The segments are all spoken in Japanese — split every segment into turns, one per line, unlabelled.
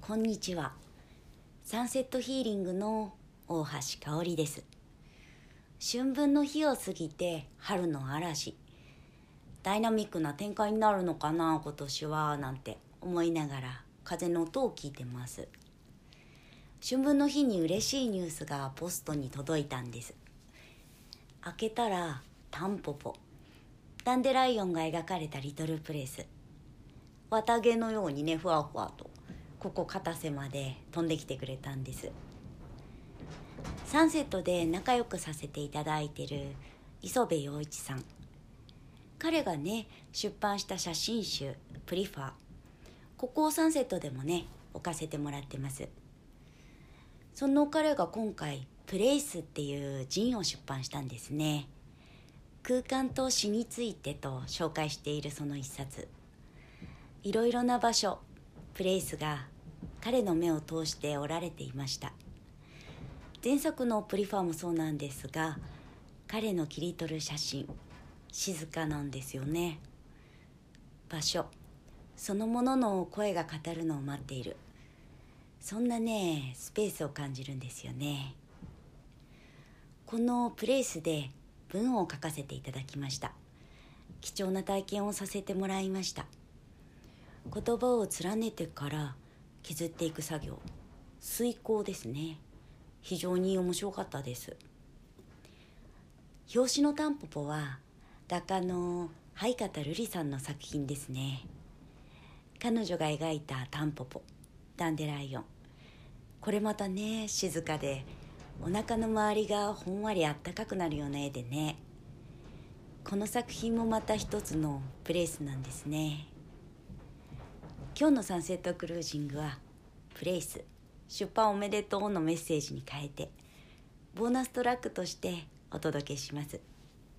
こんにちは。サンセットヒーリングの大橋香織です。春分の日を過ぎて春の嵐、ダイナミックな展開になるのかな今年はなんて思いながら風の音を聞いてます。春分の日に嬉しいニュースがポストに届いたんです。開けたらタンポポ、ダンデライオンが描かれたリトルプレイス、綿毛のようにねふわふわとここ片瀬まで飛んできてくれたんです。サンセットで仲良くさせていただいてる磯部陽一さん、彼がね出版した写真集プリファー、ここをサンセットでもね置かせてもらってます。その彼が今回プレイスっていうジンを出版したんですね。空間と詩についてと紹介しているその一冊、いろいろな場所、プレイスが彼の目を通しておられていました。前作のプリファーもそうなんですが、彼の切り取る写真、静かなんですよね。場所そのものの声が語るのを待っている、そんなねスペースを感じるんですよね。このプレイスで文を書かせていただきました。貴重な体験をさせてもらいました。言葉を連ねてから削っていく作業、推敲ですね。非常に面白かったです。表紙のタンポポは画家の灰方瑠璃さんの作品ですね。彼女が描いたタンポポ、ダンデライオン、これまたね静かでお腹の周りがほんわりあったかくなるような絵でね、この作品もまた一つのプレイスなんですね。今日のサンセットクルージングはプレイス出版おめでとうのメッセージに変えてボーナストラックとしてお届けします。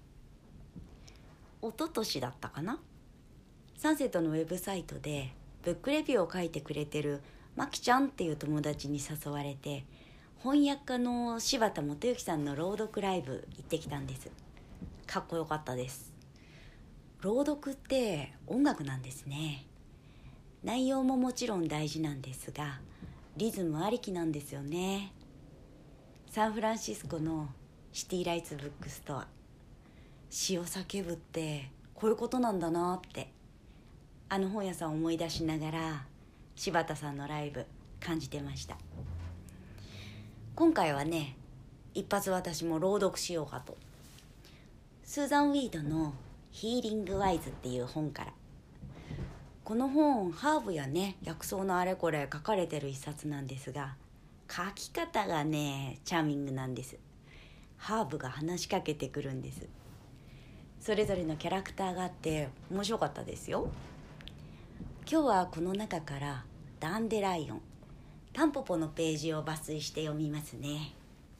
一昨年だったかな、サンセットのウェブサイトでブックレビューを書いてくれてるマキちゃんっていう友達に誘われて、翻訳家の柴田元幸さんの朗読ライブ行ってきたんです。かっこよかったです。朗読って音楽なんですね。内容ももちろん大事なんですが、リズムありきなんですよね。サンフランシスコのシティライツブックストア、詩を叫ぶってこういうことなんだなって、あの本屋さんを思い出しながら柴田さんのライブ感じてました。今回はね一発私も朗読しようかと、スーザン・ウィードのヒーリング・ワイズっていう本から。この本ハーブやね薬草のあれこれ書かれてる一冊なんですが、書き方がねチャーミングなんです。ハーブが話しかけてくるんです。それぞれのキャラクターがあって面白かったですよ。今日はこの中からダンデライオン、タンポポのページを抜粋して読みますね。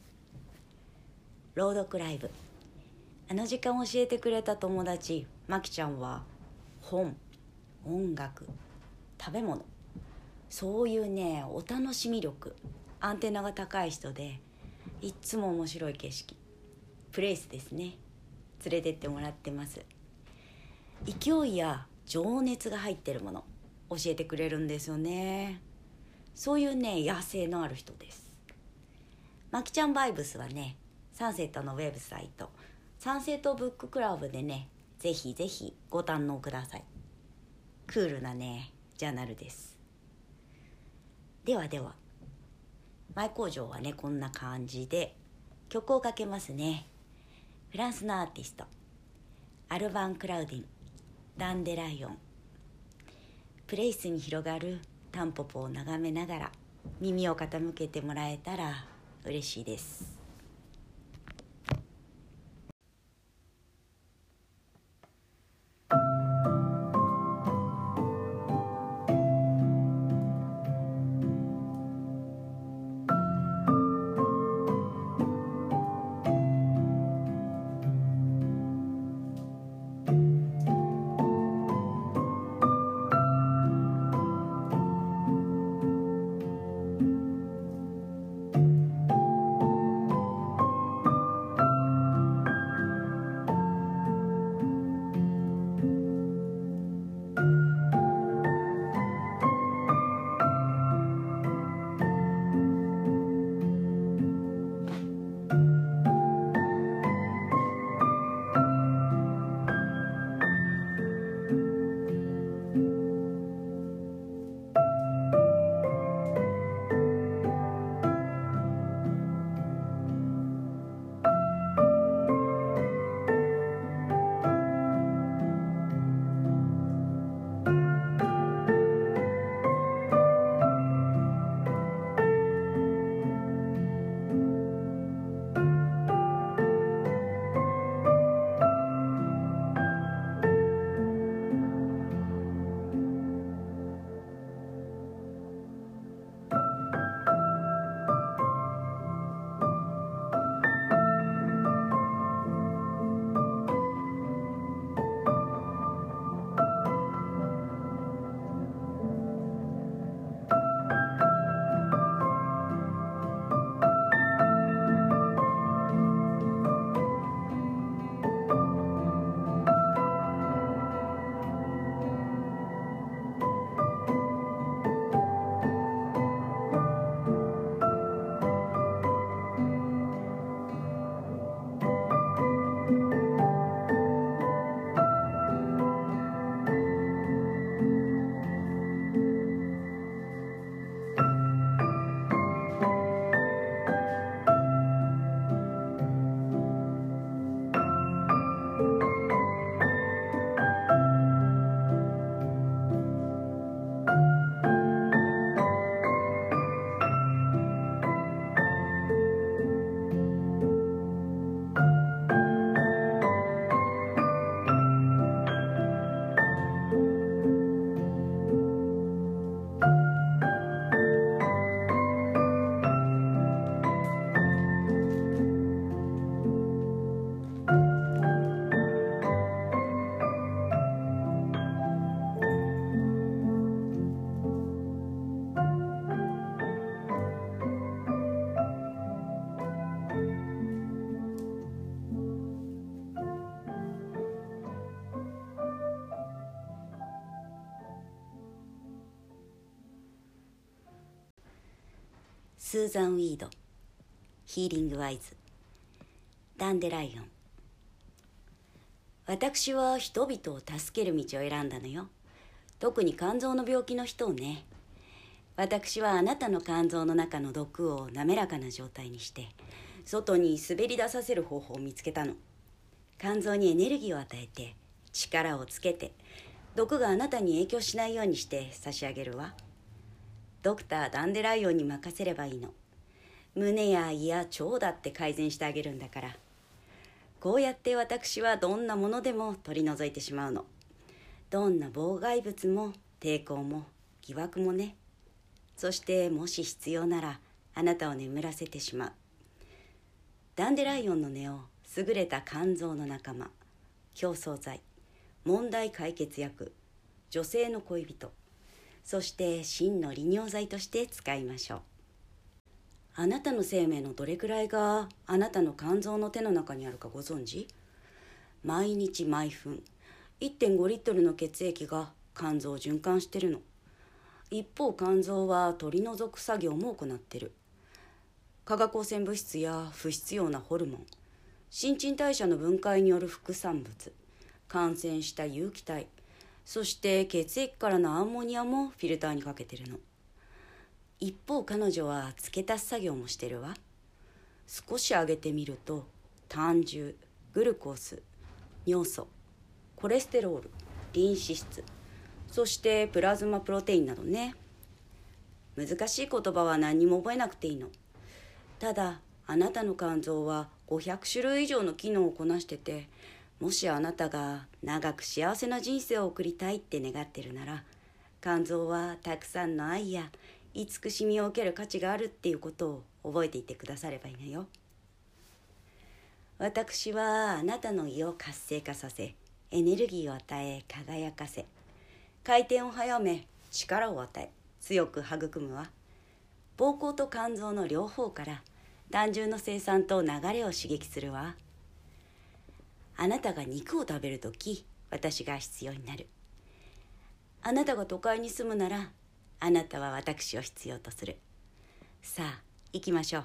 朗読ライブ、あの時間を教えてくれた友達マキちゃんは本、音楽、食べ物、そういうねお楽しみ力、アンテナが高い人で、いっつも面白い景色、プレイスですね、連れてってもらってます。勢いや情熱が入ってるもの教えてくれるんですよね。そういうね野生のある人です。マキちゃんバイブスはねサンセットのウェブサイトサンセットブッククラブでねぜひぜひご堪能ください。クールなねジャーナルです。ではでは前工場はねこんな感じで曲をかけますね。フランスのアーティストアルバン・クラウディン、ダンデライオン。プレイスに広がるタンポポを眺めながら耳を傾けてもらえたら嬉しいです。 スーザン・ウィード、ヒーリング・ワイズ、ダンデライオン。私は人々を助ける道を選んだのよ。特に肝臓の病気の人をね。私はあなたの肝臓の中の毒を滑らかな状態にして外に滑り出させる方法を見つけたの。肝臓にエネルギーを与えて力をつけて毒があなたに影響しないようにして差し上げるわ。ドクター・ダンデライオンに任せればいいの。胸や胃や腸だって改善してあげるんだから。こうやって私はどんなものでも取り除いてしまうの。どんな妨害物も抵抗も疑惑もね。そしてもし必要ならあなたを眠らせてしまう。ダンデライオンの根を優れた肝臓の仲間、競争剤、問題解決薬、女性の恋人、そして真の利尿剤として使いましょう。あなたの生命のどれくらいがあなたの肝臓の手の中にあるかご存知？毎日毎分 1.5 リットルの血液が肝臓を循環してるの。一方肝臓は取り除く作業も行ってる。化学汚染物質や不必要なホルモン、新陳代謝の分解による副産物、感染した有機体、そして血液からのアンモニアもフィルターにかけてるの。一方彼女は付け足す作業もしてるわ。少し上げてみると胆汁、グルコース、尿素、コレステロール、リン脂質、そしてプラズマプロテインなどね。難しい言葉は何にも覚えなくていいの。ただあなたの肝臓は500種類以上の機能をこなしてて、もしあなたが長く幸せな人生を送りたいって願ってるなら、肝臓はたくさんの愛や慈しみを受ける価値があるっていうことを覚えていてくださればいいのよ。私はあなたの胃を活性化させ、エネルギーを与え輝かせ、回転を早め力を与え強く育むわ。膀胱と肝臓の両方から胆汁の生産と流れを刺激するわ。あなたが肉を食べるとき私が必要になる。あなたが都会に住むならあなたは私を必要とする。さあ行きましょう。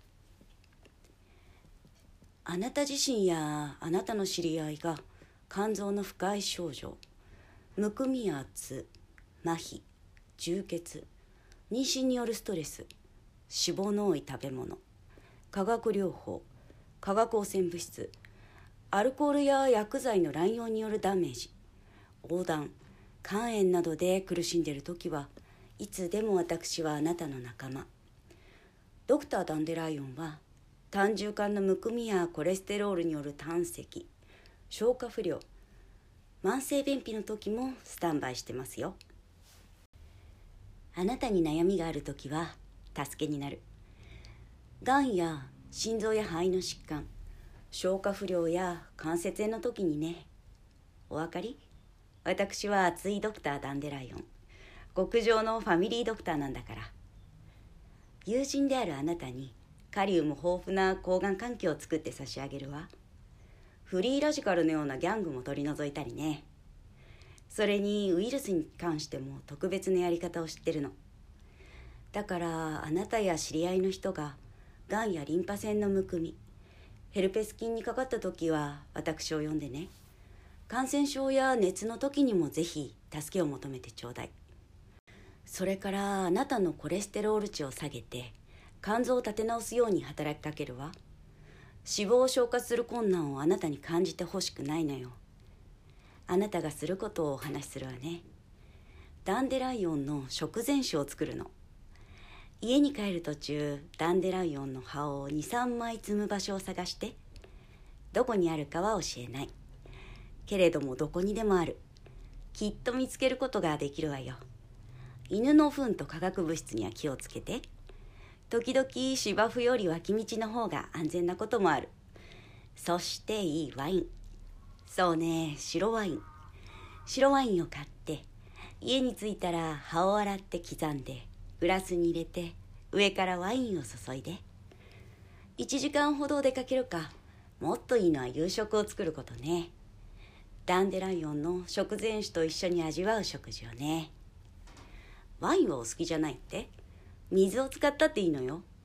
あなた自身やあなたの知り合いが肝臓の不快症状、むくみや圧、麻痺、充血、妊娠によるストレス、脂肪の多い食べ物、化学療法、化学汚染物質、アルコールや薬剤の乱用によるダメージ、横断、肝炎などで苦しんでいるときはいつでも私はあなたの仲間。ドクター・ダンデライオンは胆汁管のむくみやコレステロールによる胆石、消化不良、慢性便秘の時もスタンバイしてますよ。あなたに悩みがある時は助けになる。がんや心臓や肺の疾患、消化不良や関節炎の時にね。お分かり？私は熱いドクター・ダンデライオン。極上のファミリードクターなんだから。友人であるあなたにカリウム豊富な抗がん環境を作って差し上げるわ。フリーラジカルのようなギャングも取り除いたりね。それにウイルスに関しても特別なやり方を知ってるの。だからあなたや知り合いの人ががんやリンパ腺のむくみ、ヘルペス菌にかかった時は私を呼んでね。感染症や熱の時にもぜひ助けを求めてちょうだい。それからあなたのコレステロール値を下げて肝臓を立て直すように働きかけるわ。脂肪を消化する困難をあなたに感じてほしくないのよ。あなたがすることをお話しするわね。ダンデライオンの食前酒を作るの。家に帰る途中ダンデライオンの葉を 2,3 枚積む場所を探して。どこにあるかは教えない。けれどもどこにでもある。きっと見つけることができるわよ。犬の糞と化学物質には気をつけて。時々芝生より脇道の方が安全なこともある。そしていいワイン。そうね、白ワイン。白ワインを買って家に着いたら葉を洗って刻んでグラスに入れて上からワインを注いで。1時間ほど出かけるか。もっといいのは夕食を作ることね。ダンデライオンの食前酒と一緒に味わう食事をね。ワインはお好きじゃないって？水を使ったっていいのよ。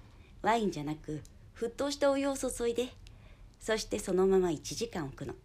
ワインじゃなく沸騰したお湯を注いで、そしてそのまま1時間置くの。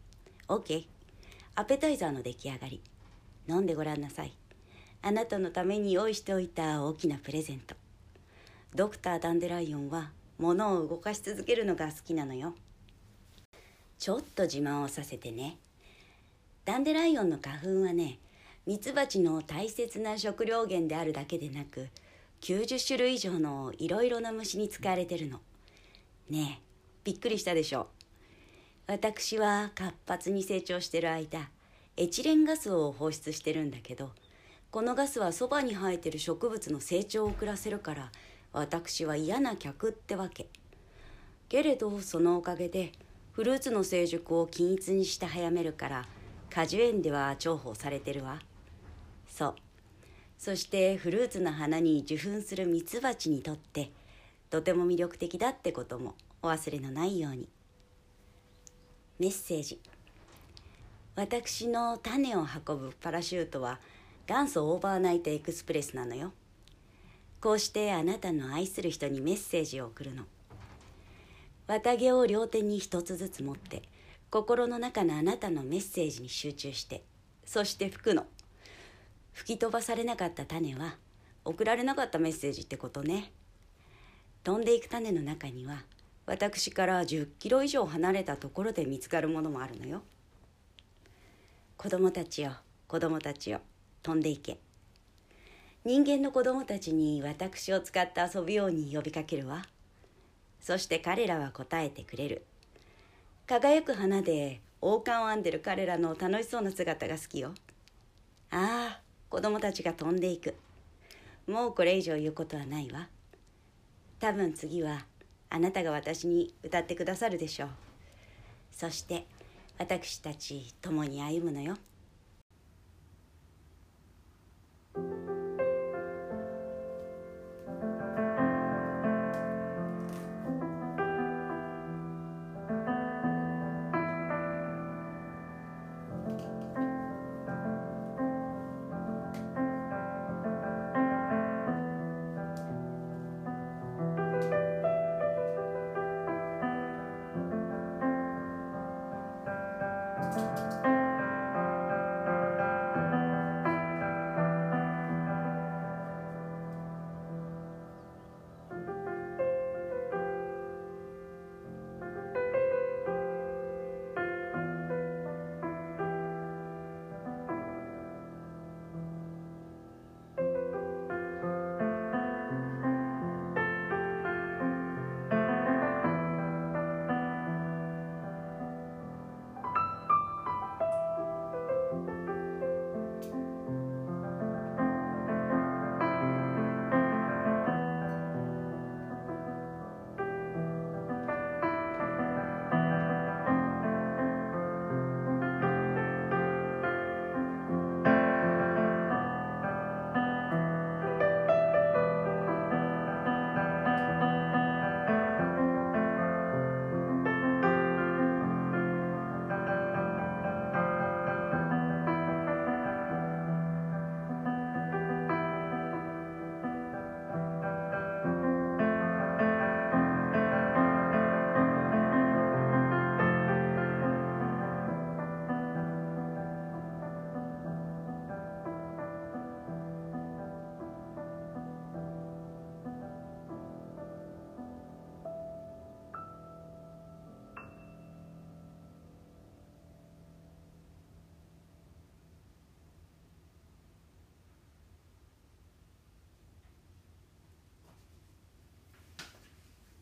OK。 アペタイザーの出来上がり。飲んでごらんなさい。あなたのために用意しておいた大きなプレゼント。ドクター・ダンデライオンは物を動かし続けるのが好きなのよ。ちょっと自慢をさせてね。ダンデライオンの花粉はね、ミツバチの大切な食料源であるだけでなく、90種類以上のいろいろな虫に使われてるの。ねえ、びっくりしたでしょ。私は活発に成長してる間、エチレンガスを放出してるんだけど、このガスはそばに生えてる植物の成長を遅らせるから、私は嫌な客ってわけ。けれどそのおかげでフルーツの成熟を均一にして早めるから、果樹園では重宝されてるわ。そう。そしてフルーツの花に受粉するミツバチにとってとても魅力的だってこともお忘れのないように。メッセージ。私の種を運ぶパラシュートは元祖オーバーナイトエクスプレスなのよ。こうしてあなたの愛する人にメッセージを送るの。綿毛を両手に一つずつ持って、心の中のあなたのメッセージに集中して、そして吹くの。吹き飛ばされなかった種は送られなかったメッセージってことね。飛んでいく種の中には、私から10キロ以上離れたところで見つかるものもあるのよ。子供たちよ、子供たちよ、飛んでいけ。人間の子供たちに私を使って遊ぶように呼びかけるわ。そして彼らは答えてくれる。輝く花で王冠を編んでる彼らの楽しそうな姿が好きよ。ああ、子供たちが飛んでいく。もうこれ以上言うことはないわ。多分次はあなたが私に歌ってくださるでしょう。そして私たち共に歩むのよ。